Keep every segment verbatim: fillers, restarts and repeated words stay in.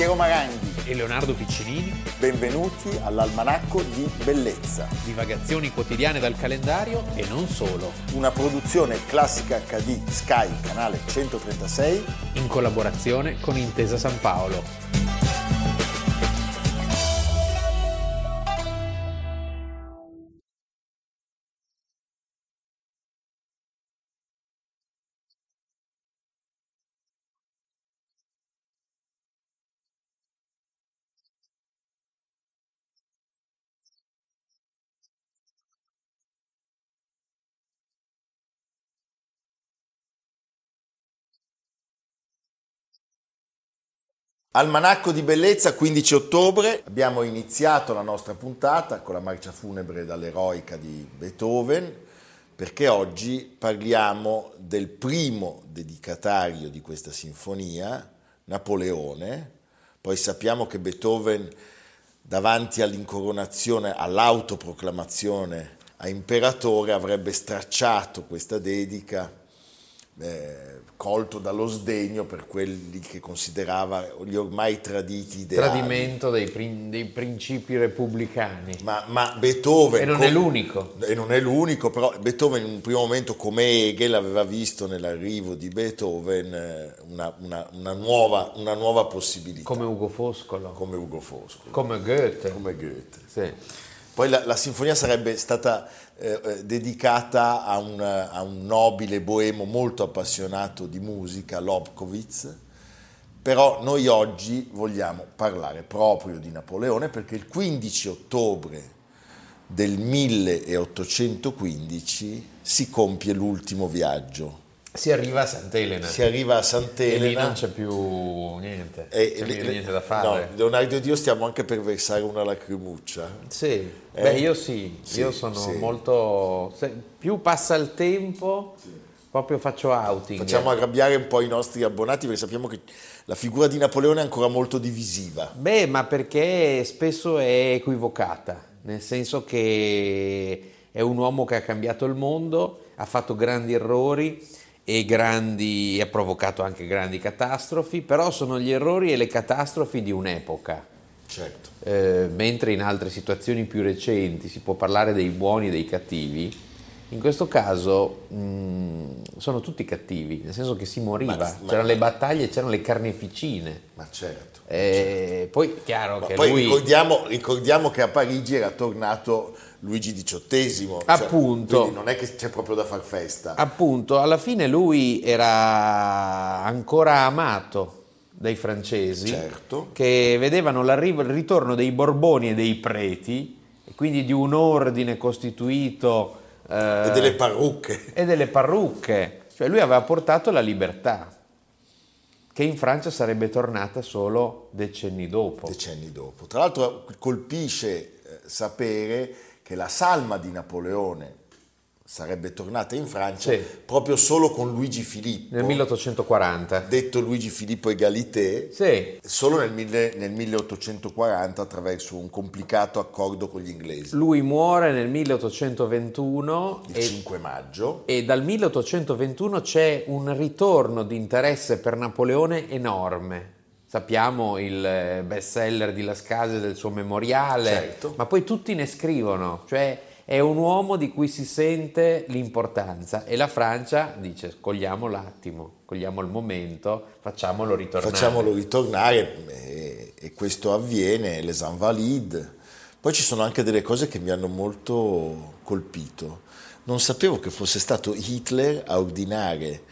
Piero Maranghi e Leonardo Piccinini. Benvenuti all'Almanacco di Bellezza. Divagazioni quotidiane dal calendario e non solo. Una produzione Classica acca di Sky, canale centotrentasei. In collaborazione con Intesa San Paolo. Almanacco di Bellezza, quindici ottobre, abbiamo iniziato la nostra puntata con la marcia funebre dall'eroica di Beethoven, perché oggi parliamo del primo dedicatario di questa sinfonia, Napoleone. Poi sappiamo che Beethoven, davanti all'incoronazione, all'autoproclamazione a imperatore, avrebbe stracciato questa dedica, Eh, colto dallo sdegno per quelli che considerava gli ormai traditi ideali. Tradimento dei, prin- dei principi repubblicani. Ma, ma Beethoven... E non com- è l'unico. E non è l'unico, però Beethoven in un primo momento, come Hegel, aveva visto nell'arrivo di Beethoven una, una, una, nuova, una nuova possibilità. Come Ugo Foscolo. Come Ugo Foscolo. Come Goethe. Come Goethe. Sì. Poi la, la sinfonia sarebbe stata eh, dedicata a un, a un nobile boemo molto appassionato di musica, Lobkowitz, però noi oggi vogliamo parlare proprio di Napoleone perché il quindici ottobre del milleottocentoquindici si compie l'ultimo viaggio. Si arriva a Sant'Elena. Si arriva a Sant'Elena. E lì non c'è più niente, e, c'è le, più niente da fare. No, Leonardo ed io stiamo anche per versare una lacrimuccia. Sì, eh? beh io sì, sì io sono sì. molto... Se, più passa il tempo, sì. proprio faccio outing. Facciamo arrabbiare un po' i nostri abbonati perché sappiamo che la figura di Napoleone è ancora molto divisiva. Beh, ma perché spesso è equivocata, nel senso che è un uomo che ha cambiato il mondo, ha fatto grandi errori e grandi, ha provocato anche grandi catastrofi, però sono gli errori e le catastrofi di un'epoca. Certo. Eh, mentre in altre situazioni più recenti si può parlare dei buoni e dei cattivi, in questo caso mh, sono tutti cattivi, nel senso che si moriva, ma, c'erano ma, le battaglie, c'erano le carneficine. Ma certo. Eh, certo. Poi chiaro ma che poi lui... ricordiamo, ricordiamo che a Parigi era tornato Luigi diciottesimo. Appunto. Cioè, quindi non è che c'è proprio da far festa. Appunto, alla fine lui era ancora amato dai francesi, certo. che vedevano l'arrivo, il ritorno dei Borboni e dei preti, e quindi di un ordine costituito eh, e delle parrucche e delle parrucche, cioè lui aveva portato la libertà che in Francia sarebbe tornata solo decenni dopo. Decenni dopo. Tra l'altro colpisce eh, sapere che la salma di Napoleone sarebbe tornata in Francia, sì. proprio solo con Luigi Filippo. Nel milleottocentoquaranta. Detto Luigi Filippo Egalité. Sì. Solo nel, mille, nel milleottocentoquaranta attraverso un complicato accordo con gli inglesi. Lui muore nel milleottocentoventuno. Il e, cinque maggio. E dal milleottocentoventuno c'è un ritorno di interesse per Napoleone enorme. Sappiamo il best seller di Las Cases del suo memoriale, certo. ma poi tutti ne scrivono, cioè è un uomo di cui si sente l'importanza e la Francia dice cogliamo l'attimo, cogliamo il momento, facciamolo ritornare. Facciamolo ritornare e, e questo avviene, les Invalides. Poi ci sono anche delle cose che mi hanno molto colpito. Non sapevo che fosse stato Hitler a ordinare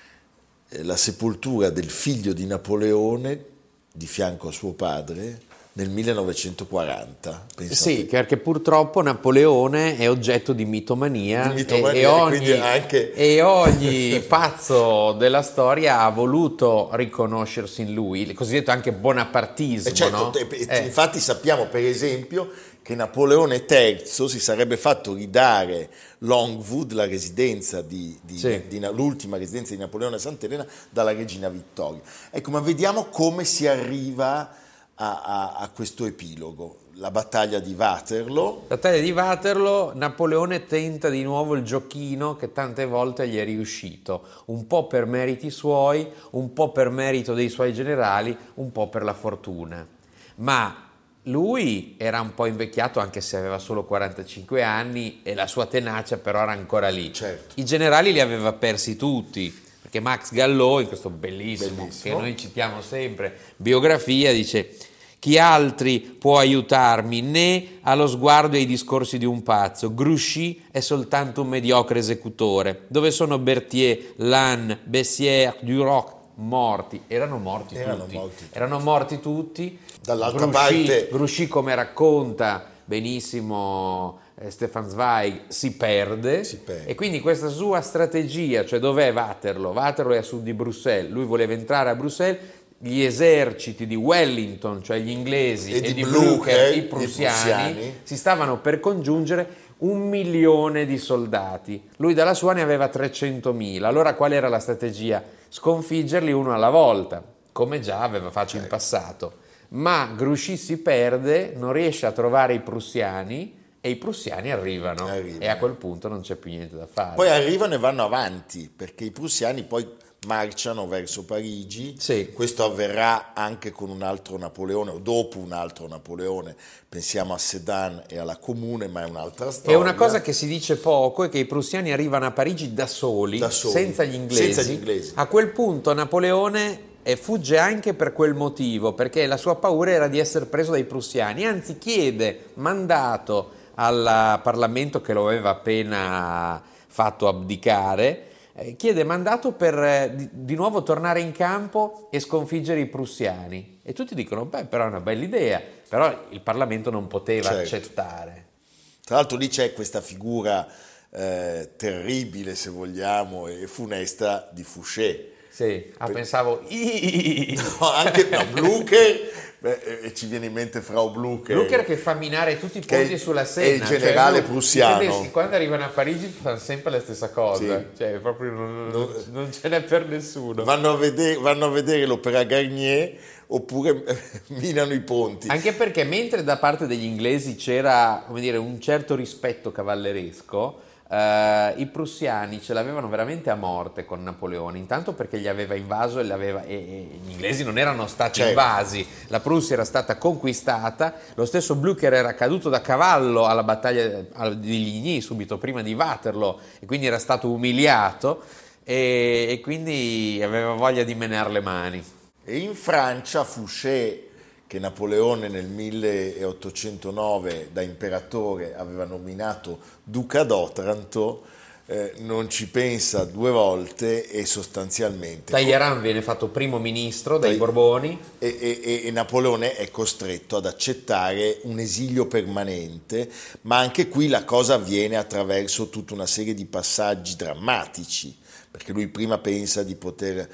la sepoltura del figlio di Napoleone di fianco a suo padre nel millenovecentoquaranta. Pensate. Sì, perché purtroppo Napoleone è oggetto di mitomania, di mitomania e, e, ogni, anche... e ogni pazzo della storia ha voluto riconoscersi in lui, il cosiddetto anche bonapartismo. E certo, no? eh. Infatti sappiamo per esempio che Napoleone terzo si sarebbe fatto ridare Longwood, la residenza di, di, sì. di, di l'ultima residenza di Napoleone a Sant'Elena, dalla regina Vittoria. Ecco, ma vediamo come si arriva a, a, a questo epilogo. La battaglia di Waterloo. Battaglia di Waterloo, Napoleone tenta di nuovo il giochino che tante volte gli è riuscito, un po' per meriti suoi, un po' per merito dei suoi generali, un po' per la fortuna. Ma lui era un po' invecchiato, anche se aveva solo quarantacinque anni, e la sua tenacia però era ancora lì. Certo. I generali li aveva persi tutti, perché Max Gallo, in questo bellissimo, Bellissimo. che noi citiamo sempre, biografia, dice: chi altri può aiutarmi, né allo sguardo e ai discorsi di un pazzo. Grouchy è soltanto un mediocre esecutore. Dove sono Berthier, Lannes, Bessières, Duroc? Morti. Erano morti Erano tutti. morti. Erano morti tutti. Dall'altra Grouchy, parte- Grouchy, come racconta benissimo eh, Stefan Zweig, si perde. Si perde. E quindi questa sua strategia, cioè dov'è Waterloo? Waterloo è a sud di Bruxelles. Lui voleva entrare a Bruxelles. Gli eserciti di Wellington, cioè gli inglesi, E e, di di Blücher, Blücher, i i prussiani, prussiani, si stavano per congiungere un milione di soldati. Lui dalla sua ne aveva trecentomila. Allora qual era la strategia? Sconfiggerli uno alla volta, come già aveva fatto Certo. in passato. Ma Grouchy si perde, non riesce a trovare i prussiani e i prussiani arrivano. Arrivano. E a quel punto non c'è più niente da fare. Poi arrivano e vanno avanti, perché i prussiani poi marciano verso Parigi. Sì. Questo avverrà anche con un altro Napoleone, o dopo un altro Napoleone. Pensiamo a Sedan e alla Comune, ma è un'altra E storia. una cosa che si dice poco è che i prussiani arrivano a Parigi da soli, Da soli, senza gli inglesi. senza gli inglesi. A quel punto Napoleone eh, fugge anche per quel motivo, perché la sua paura era di essere preso dai prussiani, anzi chiede mandato al Parlamento, che lo aveva appena fatto abdicare, eh, chiede mandato per eh, di, di nuovo tornare in campo e sconfiggere i prussiani. E tutti dicono, beh, però è una bella idea, però il Parlamento non poteva Certo. accettare. Tra l'altro lì c'è questa figura eh, terribile, se vogliamo, e funesta di Fouché. Sì, ah, pensavo... No, anche no, Blücher, beh, e ci viene in mente Frau Blücher. Blücher che fa minare tutti i Che ponti è- sulla è Senna. il generale lui- prussiano. i tedeschi quando arrivano a Parigi fanno sempre la stessa cosa, Sì. cioè proprio non, No. non ce n'è per nessuno. Vanno a vedere, vanno a vedere l'opera Garnier oppure minano i ponti. Anche perché mentre da parte degli inglesi c'era, come dire, un certo rispetto cavalleresco, eh, i prussiani ce l'avevano veramente a morte con Napoleone, intanto perché li aveva invaso e, li aveva- e- e gli inglesi non erano stati Certo. invasi, la Prussia era stata conquistata, lo stesso Blücher era caduto da cavallo alla battaglia al- di Ligny subito prima di Waterloo e quindi era stato umiliato e, e quindi aveva voglia di menare le mani. E in Francia Fouché, che Napoleone nel milleottocentonove da imperatore aveva nominato duca d'Otranto, eh, non ci pensa due volte e sostanzialmente... Talleyrand viene fatto primo ministro dai Tagli- Borboni. E, e- e Napoleone è costretto ad accettare un esilio permanente, ma anche qui la cosa avviene attraverso tutta una serie di passaggi drammatici, perché lui prima pensa di poter,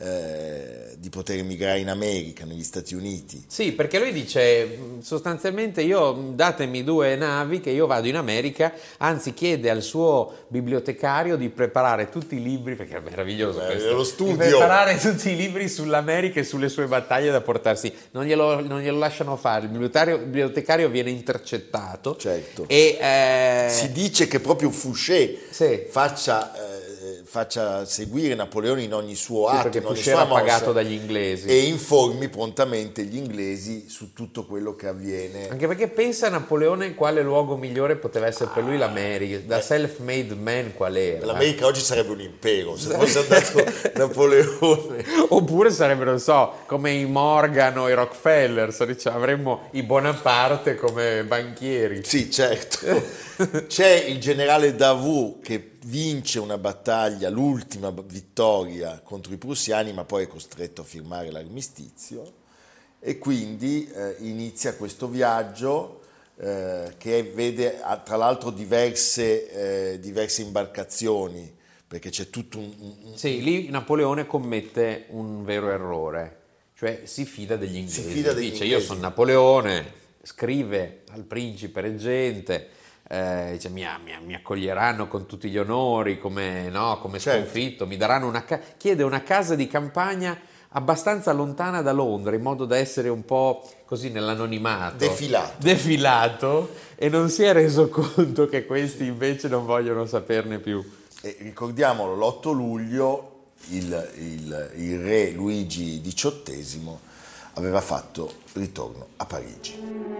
eh, di poter emigrare in America, negli Stati Uniti. Sì, perché lui dice sostanzialmente io datemi due navi che io vado in America, anzi chiede al suo bibliotecario di preparare tutti i libri, perché è meraviglioso Eh, questo, lo studio. di preparare tutti i libri sull'America e sulle sue battaglie da portarsi, non glielo, non glielo lasciano fare, il bibliotecario, il bibliotecario viene intercettato Certo. e eh, Si dice che proprio Fouché Sì. faccia, eh, faccia seguire Napoleone in ogni suo sì, atto, perché in ogni Fouché sua era mossa, pagato dagli inglesi. e informi prontamente gli inglesi su tutto quello che avviene. Anche perché pensa a Napoleone quale luogo migliore poteva essere per lui l'America, da self-made man qual era. L'America oggi sarebbe un impero, se fosse andato Napoleone. Oppure sarebbero, non so, come i Morgan o i Rockefeller, so, diciamo, avremmo i Bonaparte come banchieri. Sì, certo. C'è il generale Davout che vince una battaglia, l'ultima vittoria contro i prussiani, ma poi è costretto a firmare l'armistizio e quindi eh, inizia questo viaggio eh, che vede ah, tra l'altro diverse, eh, diverse imbarcazioni, perché c'è tutto un... un- Sì, lì Napoleone commette un vero errore, cioè si fida degli inglesi. fida degli Dice inglesi. io sono Napoleone, scrive al principe reggente, eh, dice, mi, mi- mi accoglieranno con tutti gli onori come, no, come Certo. sconfitto, mi daranno una ca- chiede una casa di campagna abbastanza lontana da Londra, in modo da essere un po' così nell'anonimato. Defilato. Defilato, e non si è reso conto che questi invece non vogliono saperne più. E ricordiamolo, l'otto luglio il, il, il re Luigi diciottesimo aveva fatto ritorno a Parigi.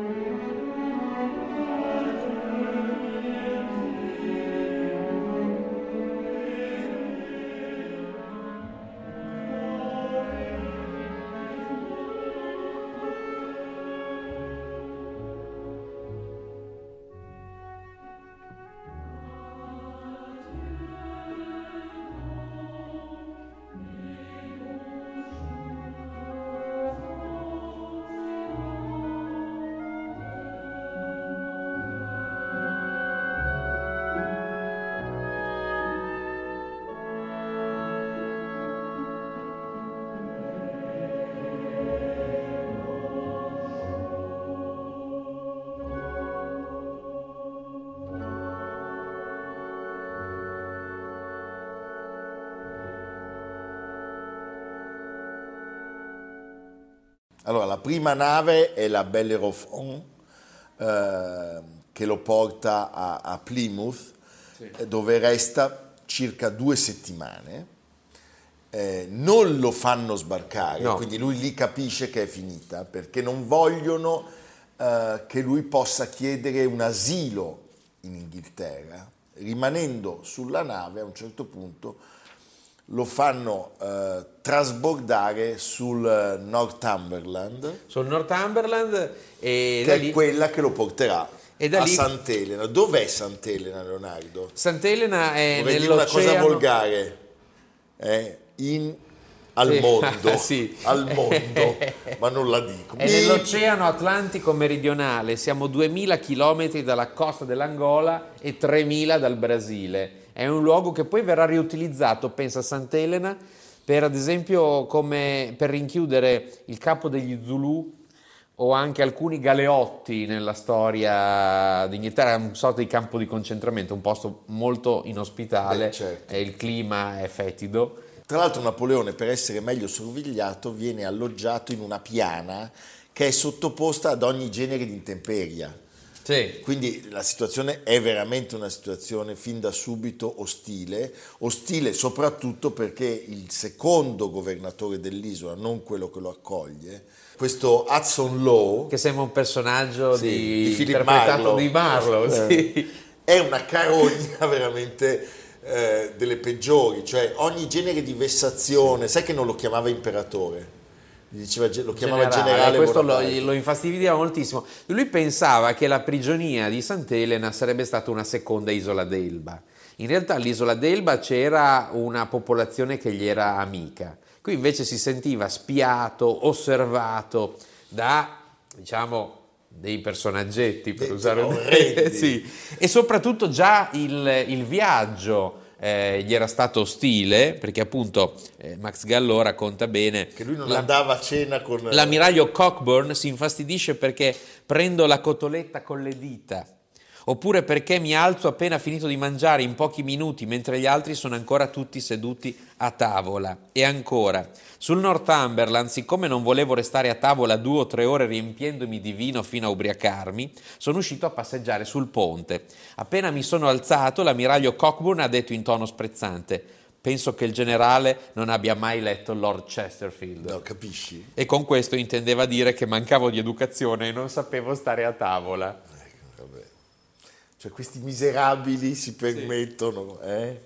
Allora, la prima nave è la Bellerophon, eh, che lo porta a, a Plymouth, sì. Dove resta circa due settimane. Eh, non lo fanno sbarcare, no. Quindi lui lì capisce che è finita, perché non vogliono eh, che lui possa chiedere un asilo in Inghilterra. Rimanendo sulla nave, a un certo punto lo fanno eh, trasbordare sul Northumberland, sul Northumberland e che lì... è quella che lo porterà e da a lì... Sant'Elena. Dov'è Sant'Elena, Leonardo? Sant'Elena è Vorrei nell'oceano... dire una cosa volgare, eh, in, al sì. mondo, sì. al mondo, ma non la dico. È nell'Oceano Atlantico meridionale, siamo duemila chilometri dalla costa dell'Angola e tremila dal Brasile. È un luogo che poi verrà riutilizzato, pensa a Sant'Elena, per ad esempio come per rinchiudere il capo degli Zulu o anche alcuni galeotti nella storia d'Inghilterra. È un sorta di campo di concentramento, un posto molto inospitale. Beh, certo. E il clima è fetido. Tra l'altro Napoleone, per essere meglio sorvegliato, viene alloggiato in una piana che è sottoposta ad ogni genere di intemperia. Sì. Quindi la situazione è veramente una situazione fin da subito ostile, ostile soprattutto perché il secondo governatore dell'isola, non quello che lo accoglie, questo Hudson Law, che sembra un personaggio sì, di, di Philip interpretato Marlowe, di Marlowe, sì. eh, è una carogna veramente eh, delle peggiori, cioè ogni genere di vessazione. Sai che non lo chiamava imperatore? Diceva, lo chiamava generale, generale questo lo, lo infastidivava moltissimo. Lui pensava che la prigionia di Sant'Elena sarebbe stata una seconda isola d'Elba. In realtà all'isola d'Elba c'era una popolazione che gli era amica. Qui invece si sentiva spiato, osservato da, diciamo, dei personaggetti, per Detto usare un sì. E soprattutto già il, il viaggio Eh, gli era stato ostile, perché appunto eh, Max Gallo racconta bene che lui non la, andava a cena con l'ammiraglio Cockburn si infastidisce perché prendo la cotoletta con le dita, oppure perché mi alzo appena finito di mangiare in pochi minuti mentre gli altri sono ancora tutti seduti a tavola. E ancora, sul Northumberland, siccome non volevo restare a tavola due o tre ore riempiendomi di vino fino a ubriacarmi, sono uscito a passeggiare sul ponte. Appena mi sono alzato, l'ammiraglio Cockburn ha detto in tono sprezzante: penso che il generale non abbia mai letto Lord Chesterfield. No, capisci? E con questo intendeva dire che mancavo di educazione e non sapevo stare a tavola. Ecco, vabbè. Cioè questi miserabili si permettono, sì. eh?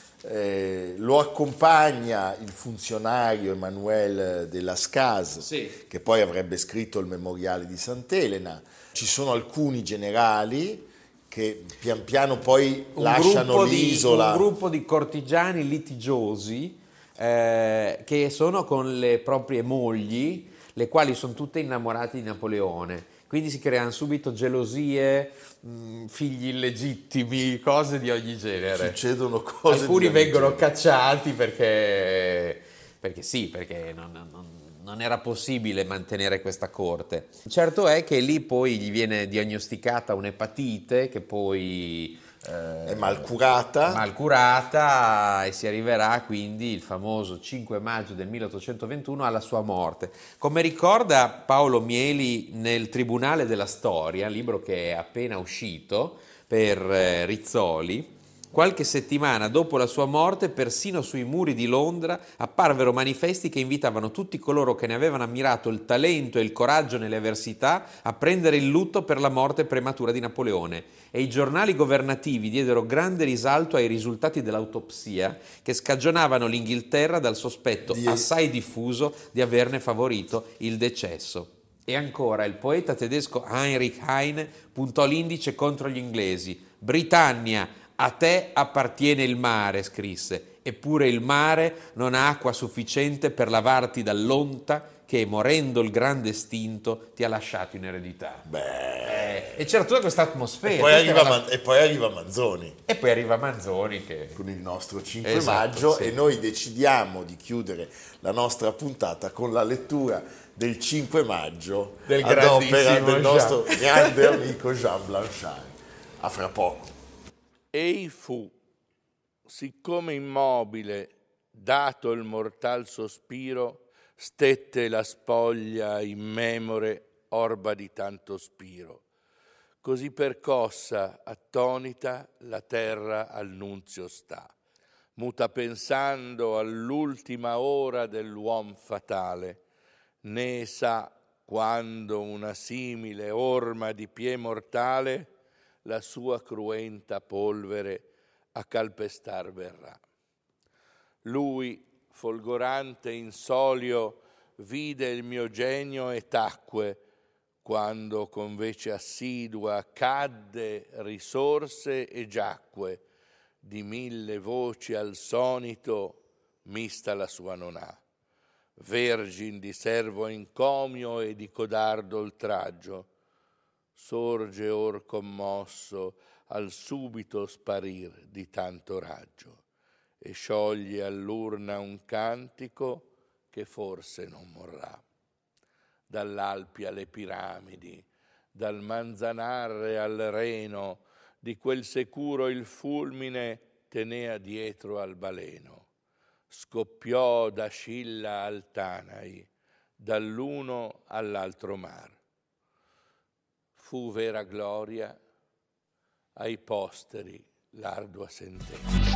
Eh, lo accompagna il funzionario Emmanuel de Lascaz, sì. che poi avrebbe scritto il memoriale di Sant'Elena. Ci sono alcuni generali che pian piano poi un lasciano l'isola. Di, un gruppo di cortigiani litigiosi eh, che sono con le proprie mogli, le quali sono tutte innamorate di Napoleone. Quindi si creano subito gelosie, mh, figli illegittimi, cose di ogni genere. Succedono cose Alcuni di ogni vengono genere. cacciati perché, perché sì, perché non, non, non era possibile mantenere questa corte. Certo è che lì poi gli viene diagnosticata un'epatite che poi è mal curata. mal curata e si arriverà quindi il famoso cinque maggio del milleottocentoventuno alla sua morte. Come ricorda Paolo Mieli nel Tribunale della Storia, libro che è appena uscito per eh, Rizzoli, qualche settimana dopo la sua morte, persino sui muri di Londra apparvero manifesti che invitavano tutti coloro che ne avevano ammirato il talento e il coraggio nelle avversità a prendere il lutto per la morte prematura di Napoleone. E i giornali governativi diedero grande risalto ai risultati dell'autopsia che scagionavano l'Inghilterra dal sospetto Di... assai diffuso di averne favorito il decesso. E ancora il poeta tedesco Heinrich Heine puntò l'indice contro gli inglesi. Britannia, a te appartiene il mare, scrisse, eppure il mare non ha acqua sufficiente per lavarti dall'onta che, morendo il grande estinto, ti ha lasciato in eredità. Beh. Eh, e c'era tutta questa atmosfera. E poi, arriva la... Man- e poi arriva Manzoni. E poi arriva Manzoni che... con il nostro cinque Esatto, maggio sì. E noi decidiamo di chiudere la nostra puntata con la lettura del cinque maggio Del ad opera grandissimo del nostro Jean. grande amico Jean Blanchard. A fra poco. Ei fu, siccome immobile, dato il mortal sospiro, stette la spoglia immemore, orba di tanto spiro. Così percossa, attonita, la terra al nunzio sta, muta pensando all'ultima ora dell'uom fatale, né sa quando una simile orma di pie mortale la sua cruenta polvere a calpestar verrà. Lui, folgorante in solio, vide il mio genio e tacque, quando con vece assidua cadde, risorse e giacque, di mille voci al sonito mista la sua non ha. Vergin di servo encomio e di codardo oltraggio, sorge or commosso al subito sparir di tanto raggio e scioglie all'urna un cantico che forse non morrà. Dall'Alpi alle piramidi, dal Manzanarre al Reno, di quel securo il fulmine tenea dietro al baleno. Scoppiò da Scilla al Tanai, dall'uno all'altro mar. Fu vera gloria ai posteri l'ardua sentenza.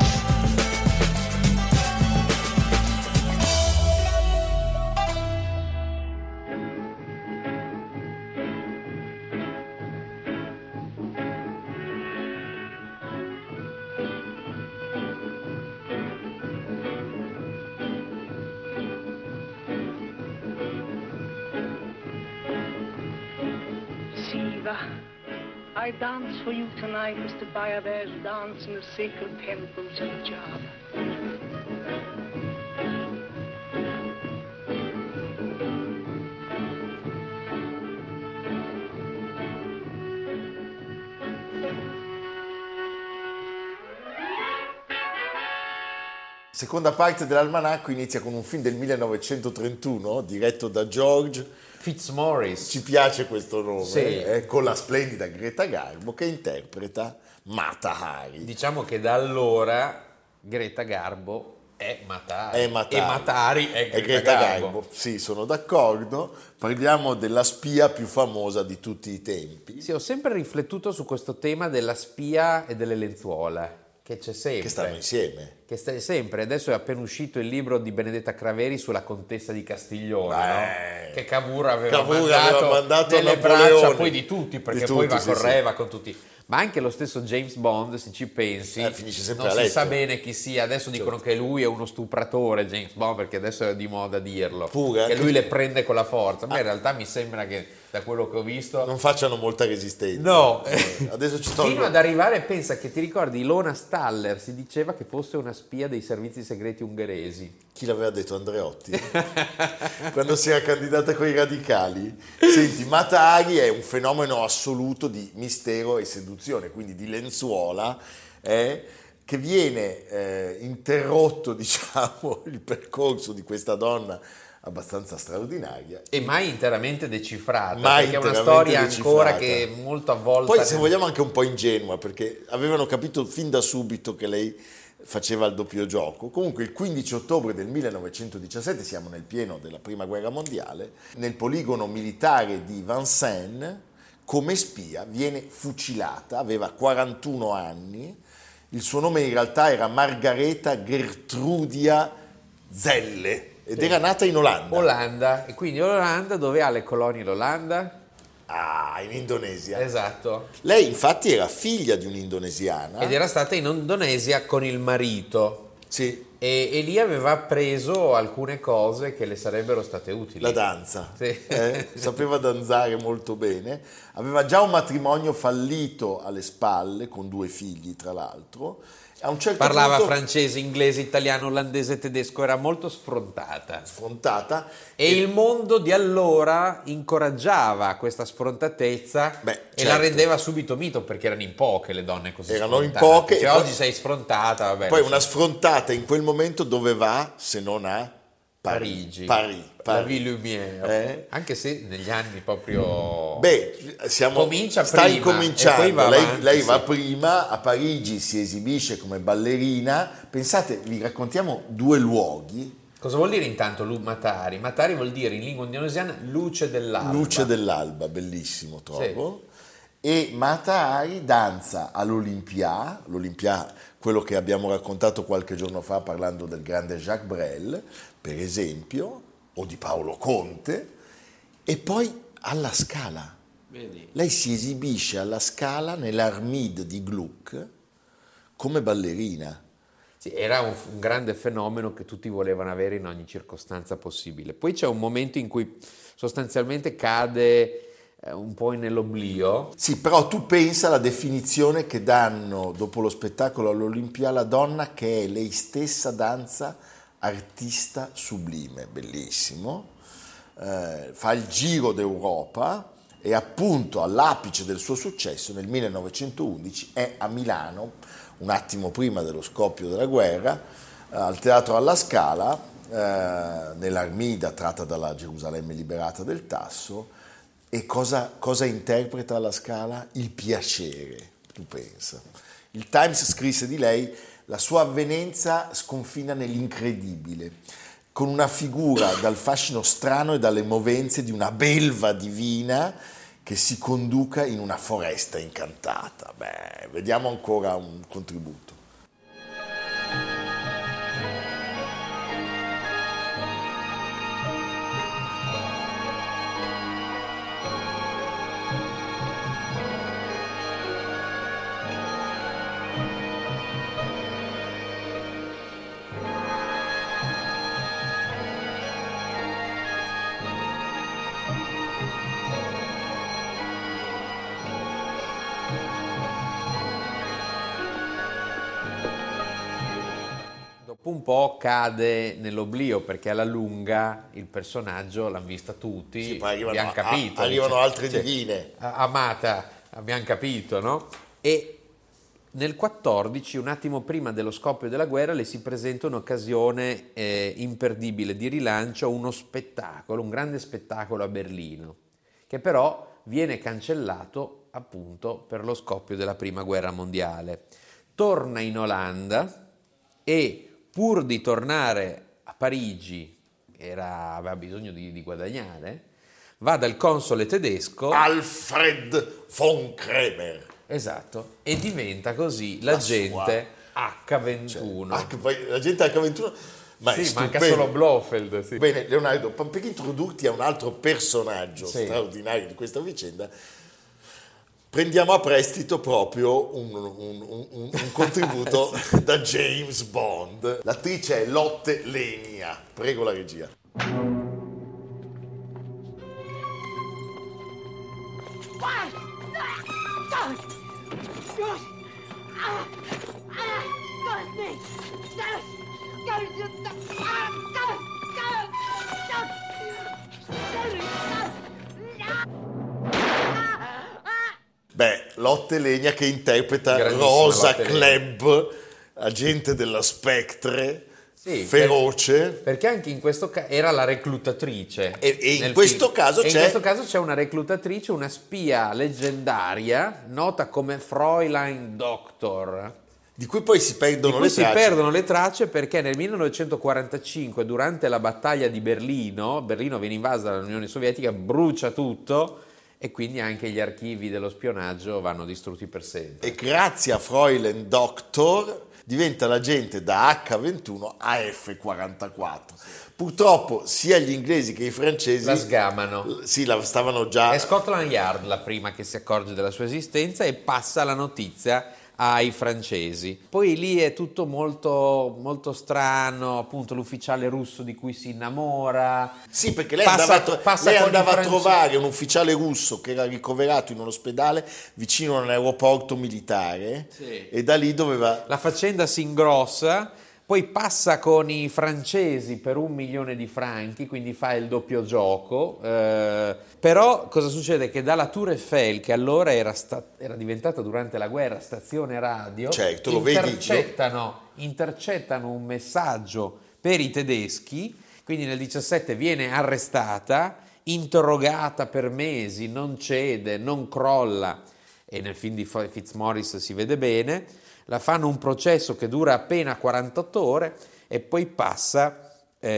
I dance for you tonight, Mister Bayardaire's dance in the sacred temples of Java. Seconda parte dell'almanacco inizia con un film del millenovecentotrentuno diretto da George Fitzmaurice. Ci piace questo nome, Sì. eh, con la splendida Greta Garbo che interpreta Mata Hari. Diciamo che da allora Greta Garbo è Mata Hari. È Mata E Hari. Mata Hari è Greta, È Greta Garbo. Garbo. Sì, sono d'accordo. Parliamo della spia più famosa di tutti i tempi. Sì, ho sempre riflettuto su questo tema della spia e delle lenzuola, che c'è sempre. Che stanno insieme. Che sta sempre. Adesso è appena uscito il libro di Benedetta Craveri sulla contessa di Castiglione, Beh. no? Che Cavour aveva Cavour mandato, aveva mandato a nelle Napoleone. braccia poi di tutti, perché Di poi tutti, va sì, correva con tutti. Ma anche lo stesso James Bond, se ci pensi, Eh, finisce sempre non a si letto. sa bene chi sia. Adesso dicono che lui è uno stupratore, James Bond, perché adesso è di moda dirlo. Pure, che anche- lui le prende con la forza. Ma in realtà mi sembra che, da quello che ho visto... Non facciano molta resistenza. No. Eh, adesso ci Fino tolgo. ad arrivare, pensa che ti ricordi, Ilona Staller si diceva che fosse una spia dei servizi segreti ungheresi. Chi l'aveva detto? Andreotti? Quando si era candidata con i radicali. Senti, Mata Hari è un fenomeno assoluto di mistero e seduzione, quindi di lenzuola, eh, che viene eh, interrotto, diciamo, il percorso di questa donna abbastanza straordinaria. E mai interamente decifrata, Mai perché è una interamente storia ancora decifrata. che è molto avvolta. Poi, se nel- vogliamo, anche un po' ingenua, perché avevano capito fin da subito che lei faceva il doppio gioco. Comunque il quindici ottobre del millenovecentodiciassette, siamo nel pieno della prima guerra mondiale, nel poligono militare di Vincennes, come spia viene fucilata, aveva quarantuno anni, il suo nome in realtà era Margareta Gertrudia Zelle ed Sì. era nata in Olanda. Olanda, e quindi Olanda, dove ha le colonie l'Olanda? Ah, in Indonesia. Esatto. Lei infatti era figlia di un'indonesiana. Ed era stata in Indonesia con il marito. Sì, E, e lì aveva appreso alcune cose che le sarebbero state utili. la danza. Sì. Eh, sapeva danzare molto bene. Aveva già un matrimonio fallito alle spalle, con due figli tra l'altro. A un certo Parlava punto, francese, inglese, italiano, olandese, tedesco, era molto sfrontata. sfrontata. E il mondo di allora incoraggiava questa sfrontatezza Beh, e certo. la rendeva subito mito, perché erano in poche le donne così Erano in sfrontate. poche, Cioè, e poi- oggi sei sfrontata, vabbè. Poi lo una so. sfrontata in quel momento dove va, se non a Parigi, Parigi. la Parigi. Ville Lumière, Eh? anche se negli anni proprio... Beh, siamo, Comincia sta prima, incominciando, e poi va lei, avanti, lei va sì. prima, a Parigi si esibisce come ballerina. Pensate, vi raccontiamo due luoghi. Cosa vuol dire intanto Lu Matari? Matari vuol dire in lingua indonesiana luce dell'alba. Luce dell'alba, bellissimo trovo. E Matahari danza all'Olympia, l'Olympia, quello che abbiamo raccontato qualche giorno fa parlando del grande Jacques Brel, per esempio, o di Paolo Conte, e poi alla Scala. Vedi? Lei si esibisce alla Scala nell'Armide di Gluck come ballerina. Sì, era un, un grande fenomeno che tutti volevano avere in ogni circostanza possibile. Poi c'è un momento in cui sostanzialmente cade eh, un po' nell'oblio. Sì, però tu pensa alla definizione che danno dopo lo spettacolo all'Olympia la donna, che è lei stessa danza artista sublime, bellissimo, eh, fa il giro d'Europa e appunto all'apice del suo successo nel millenovecentoundici è a Milano, un attimo prima dello scoppio della guerra, eh, al Teatro alla Scala, eh, nell'Armida tratta dalla Gerusalemme liberata del Tasso. E cosa, cosa interpreta alla Scala? Il piacere, tu pensa. Il Times scrisse di lei: la sua avvenenza sconfina nell'incredibile, con una figura dal fascino strano e dalle movenze di una belva divina che si conduca in una foresta incantata. Beh, vediamo ancora un contributo. Dopo un po' cade nell'oblio, perché alla lunga il personaggio l'hanno vista tutti, Sì, poi arrivano, abbiamo capito. a- arrivano dice, altre cioè, divine. Amata, abbiamo capito, no? E nel quattordici, un attimo prima dello scoppio della guerra, le si presenta un'occasione eh, imperdibile di rilancio, uno spettacolo, un grande spettacolo a Berlino, che però viene cancellato appunto per lo scoppio della prima guerra mondiale. Torna in Olanda e pur di tornare a Parigi, era, aveva bisogno di, di guadagnare, va dal console tedesco. Alfred von Kremer. Esatto, e diventa così l'agente acca ventuno. Ah, che poi la gente acca ventuno, ma è sì, manca stupendo. solo Blofeld. Sì. Bene, Leonardo, per introdurti a un altro personaggio Sì. straordinario di questa vicenda, prendiamo a prestito proprio un, un- un- un- un contributo da James Bond. L'attrice è Lotte Lenya. Prego la regia. Beh, Lotte Lenya che interpreta Grandissima Rosa Lotte Lenya. Klebb, agente della Spectre, Sì, feroce. per, perché anche in questo caso era la reclutatrice. E, e in questo film. caso e c'è... in questo caso c'è una reclutatrice, una spia leggendaria, nota come Fräulein Doctor. Di cui poi si perdono Di cui le si tracce. perdono le tracce perché nel millenovecentoquarantacinque, durante la battaglia di Berlino, Berlino viene invasa dall'Unione Sovietica, brucia tutto e quindi anche gli archivi dello spionaggio vanno distrutti per sempre. E grazie a Fräulein Doctor diventa l'agente da acca ventuno a effe quarantaquattro. Purtroppo sia gli inglesi che i francesi La sgamano. Sì, la stavano già... È Scotland Yard la prima che si accorge della sua esistenza e passa la notizia ai francesi. Poi lì è tutto molto, molto strano, appunto l'ufficiale russo di cui si innamora. Sì, perché lei Passa- andava, a, tro- passa lei con andava i a france- trovare un ufficiale russo che era ricoverato in un ospedale vicino a un aeroporto militare, Sì. e da lì doveva... La faccenda si ingrossa, poi passa con i francesi per un milione di franchi, quindi fa il doppio gioco. Eh, però cosa succede? Che dalla Tour Eiffel, che allora era, sta- era diventata durante la guerra stazione radio, Certo, lo vedi? intercettano, intercettano un messaggio per i tedeschi, quindi nel diciassette viene arrestata, interrogata per mesi, non cede, non crolla, e nel film di Fitzmaurice si vede bene. La fanno un processo che dura appena quarantotto ore e poi passa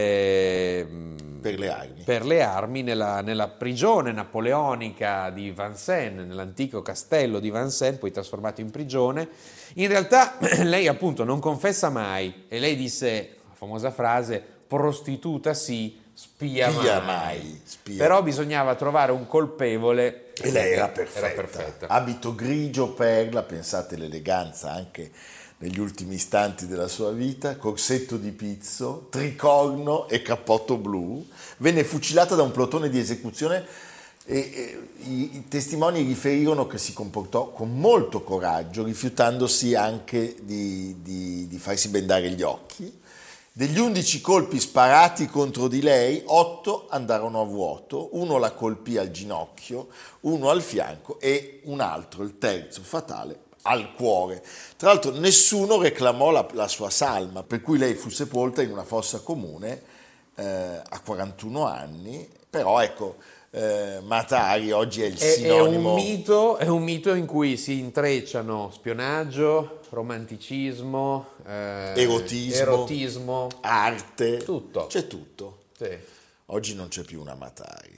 eh, per le armi. per le armi nella, nella prigione napoleonica di Vincennes, nell'antico castello di Vincennes, poi trasformato in prigione. In realtà lei appunto non confessa mai e lei disse la famosa frase prostituta sì, spia, Spia mai. mai, spia. Però bisognava trovare un colpevole. E lei era perfetta. Era perfetta. Abito grigio perla, pensate l'eleganza anche negli ultimi istanti della sua vita, corsetto di pizzo, tricorno e cappotto blu. Venne fucilata da un plotone di esecuzione e, e i, i testimoni riferirono che si comportò con molto coraggio, rifiutandosi anche di, di, di farsi bendare gli occhi. Degli undici colpi sparati contro di lei, otto andarono a vuoto, uno la colpì al ginocchio, uno al fianco e un altro, il terzo fatale, al cuore. Tra l'altro nessuno reclamò la, la sua salma, per cui lei fu sepolta in una fossa comune eh, a quarantuno anni, però ecco, eh, Mata-Hari oggi è il È, sinonimo... è, un mito, è un mito in cui si intrecciano spionaggio, romanticismo, eh, Erotismo. erotismo, arte, tutto. c'è tutto. Sì. Oggi non c'è più una Mata-Hari.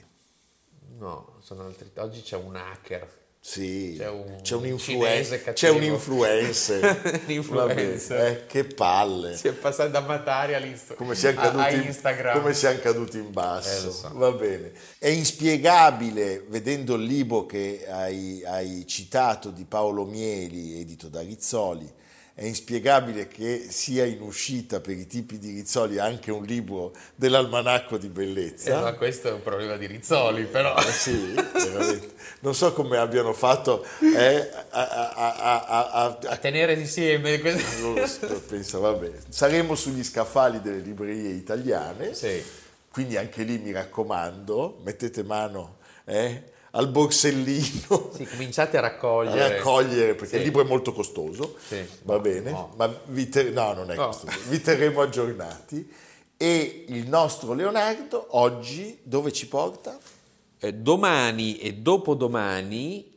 No, sono altri. Oggi c'è un hacker. Sì, C'è un c'è un, cinese influen- cattivo. c'è un influencer. L'influencer. Vabbè, eh, che palle. Si è passato da Mata-Hari all'Insta- Come siamo a, caduti, a in, Instagram. come siamo caduti in basso. Eh, lo so. Va bene. È inspiegabile, vedendo il libro che hai, hai citato di Paolo Mieli, edito da Rizzoli, è inspiegabile che sia in uscita per i tipi di Rizzoli anche un libro dell'almanacco di Eh, bellezza. ma questo è un problema di Rizzoli, però. Eh sì, veramente. Non so come abbiano fatto eh, a, a, a, a, a, A tenere insieme queste- non lo so, penso, vabbè. Saremo sugli scaffali delle librerie italiane, Sì. quindi anche lì mi raccomando, mettete mano eh, al borsellino Sì, cominciate a a raccogliere. raccogliere, perché Sì. il libro è molto costoso, Sì. va No, bene, no. ma vi ter- no, non è No. costoso, vi terremo aggiornati. E il nostro Leonardo oggi dove ci porta? Eh, domani e dopodomani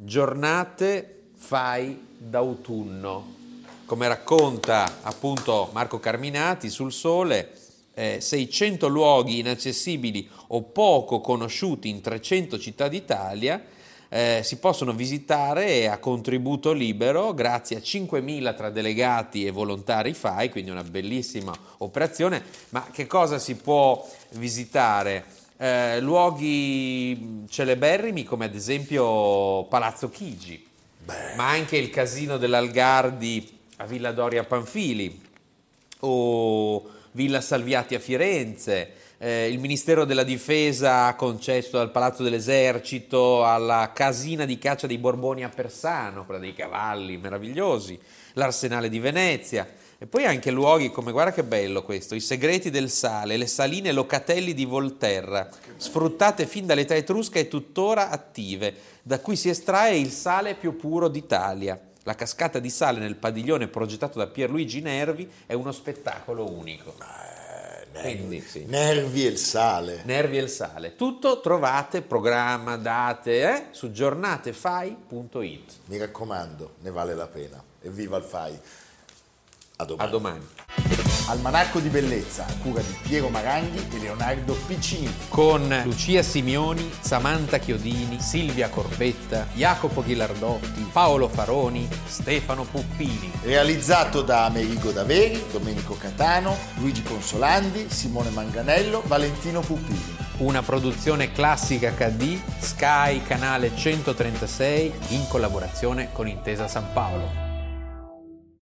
giornate fai d'autunno, come racconta appunto Marco Carminati sul Sole, eh, seicento luoghi inaccessibili o poco conosciuti in trecento città d'Italia eh, si possono visitare a contributo libero grazie a cinquemila tra delegati e volontari F A I, quindi una bellissima operazione. Ma che cosa si può visitare? Eh, luoghi celeberrimi come ad esempio Palazzo Chigi, Beh. ma anche il Casino dell'Algardi a Villa Doria Panfili o Villa Salviati a Firenze, eh, il Ministero della Difesa ha concesso dal Palazzo dell'Esercito alla casina di caccia dei Borboni a Persano, quella dei cavalli meravigliosi, l'Arsenale di Venezia. E poi anche luoghi come, guarda che bello questo, i Segreti del Sale, le saline Locatelli di Volterra, sfruttate fin dall'età etrusca e tuttora attive, da cui si estrae il sale più puro d'Italia. La cascata di sale nel padiglione progettato da Pierluigi Nervi è uno spettacolo unico. Eh, nervi, Quindi, sì. nervi e il sale. Nervi e il sale. Tutto trovate, programma, date, eh, su giornatefai punto it. Mi raccomando, ne vale la pena. Evviva il Fai. A domani. A domani. Almanacco di bellezza a cura di Piero Maranghi e Leonardo Piccini. Con Lucia Simioni, Samantha Chiodini, Silvia Corbetta, Jacopo Ghilardotti, Paolo Faroni, Stefano Puppini. Realizzato da Amerigo Daveri, Domenico Catano, Luigi Consolandi, Simone Manganello, Valentino Puppini. Una produzione Classica acca di, Sky canale centotrentasei in collaborazione con Intesa San Paolo.